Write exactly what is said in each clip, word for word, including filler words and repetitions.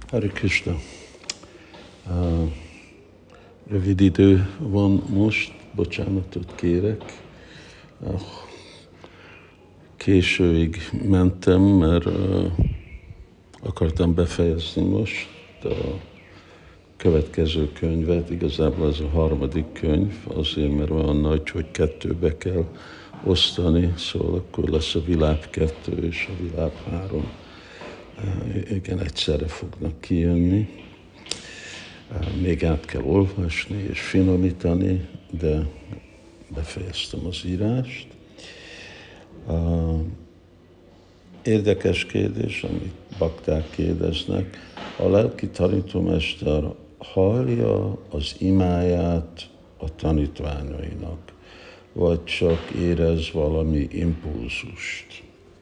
Hare Krishna. Uh, rövid idő van most, bocsánatot kérek. Uh, későig mentem, mert uh, akartam befejezni most a következő könyvet. Igazából ez a harmadik könyv, azért, mert olyan nagy, hogy kettőbe kell osztani, szóval akkor lesz a világ kettő és a világ három. Uh, igen, egyszerre fognak kijönni. Uh, még át kell olvasni és finomítani, de befejeztem az írást. Uh, érdekes kérdés, amit bakták kérdeznek. A lelki tanítómester hallja az imáját a tanítványainak, vagy csak érez valami impulzust.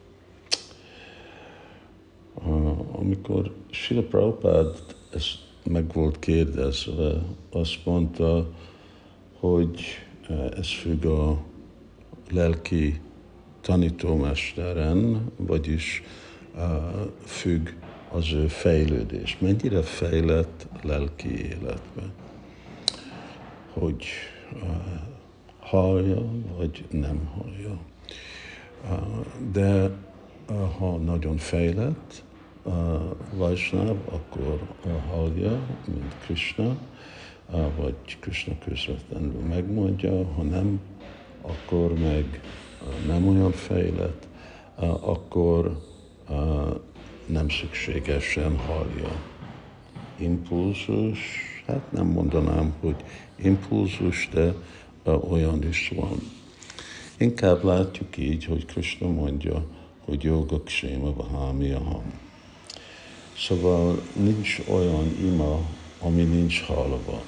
Uh, amikor Srila Prabhupád ezt meg volt kérdezve, azt mondta, hogy ez függ a lelki tanítómesteren, vagyis uh, függ az ő fejlődés. Mennyire fejlett lelki életben, hogy uh, hallja, vagy nem hallja. Uh, de uh, ha nagyon fejlett, uh, Vajsnáv, akkor uh, hallja, mint Krishna, uh, vagy Krishna közvetlenül megmondja, ha nem, akkor meg uh, nem olyan fejlett, uh, akkor uh, nem szükségesen hallja. Impulzus, hát nem mondanám, hogy impulzus, de uh, olyan is van. Inkább látjuk így, hogy Krishna mondja, hogy yoga kséma vahami aham. Szóval nincs olyan ima, ami nincs hallva.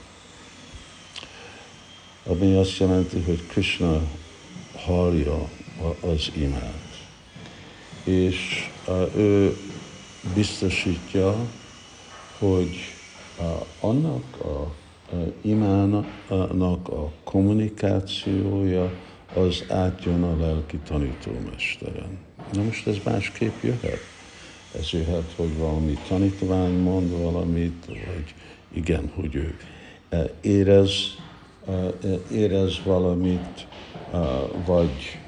Ami azt jelenti, hogy Krishna hallja az imát. És uh, ő biztosítja, hogy uh, annak a uh, imának a kommunikációja az átjön a lelki tanítómesteren. Na most ez másképp jöhet. Ez jöhet, hogy valami tanítvány mond valamit, vagy igen, hogy ő érez, érez valamit, vagy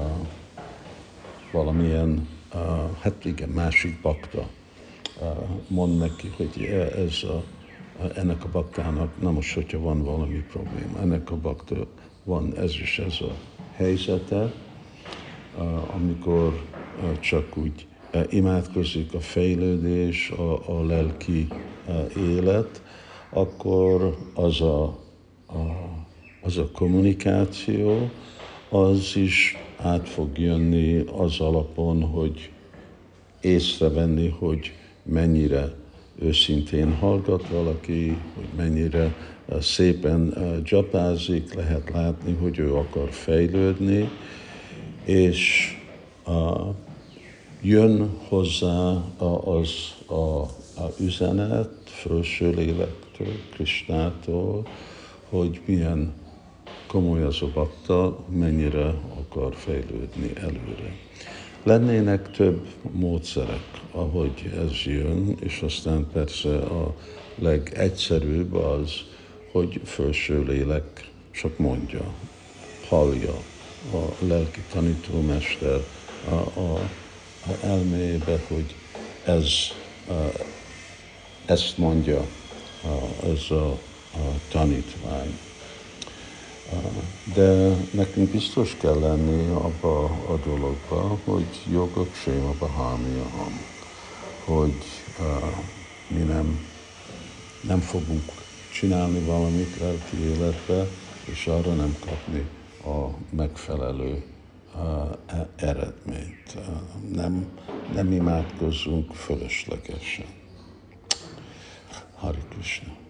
valamilyen, hát igen, másik bakta mond neki, hogy ez a, ennek a baktának, na most, hogyha van valami probléma, ennek a bakta van ez is ez a helyzete, amikor csak úgy imádkozik a fejlődés, a, a lelki élet, akkor az a, a, az a kommunikáció, az is át fog jönni az alapon, hogy észrevenni, hogy mennyire őszintén hallgat valaki, hogy mennyire szépen dzsapázik, lehet látni, hogy ő akar fejlődni, és a, jön hozzá az a, a üzenet felső lélektől, Krishnától, hogy milyen komoly az a bakta, mennyire akar fejlődni előre. Lennének több módszerek, ahogy ez jön, és aztán persze a legegyszerűbb az, hogy felső lélek csak mondja, hallja a lelki tanítómester a, a, a elmébe, hogy ez, a, ezt mondja a, ez a, a tanítvány. De nekünk biztos kell lenni abba a dologba, hogy yoga kséma vahami aham, hogy uh, mi nem, nem fogunk csinálni valamit lelki életbe, és arra nem kapni a megfelelő uh, eredményt. Uh, nem, nem imádkozzunk fölöslegesen. Hare Krishna.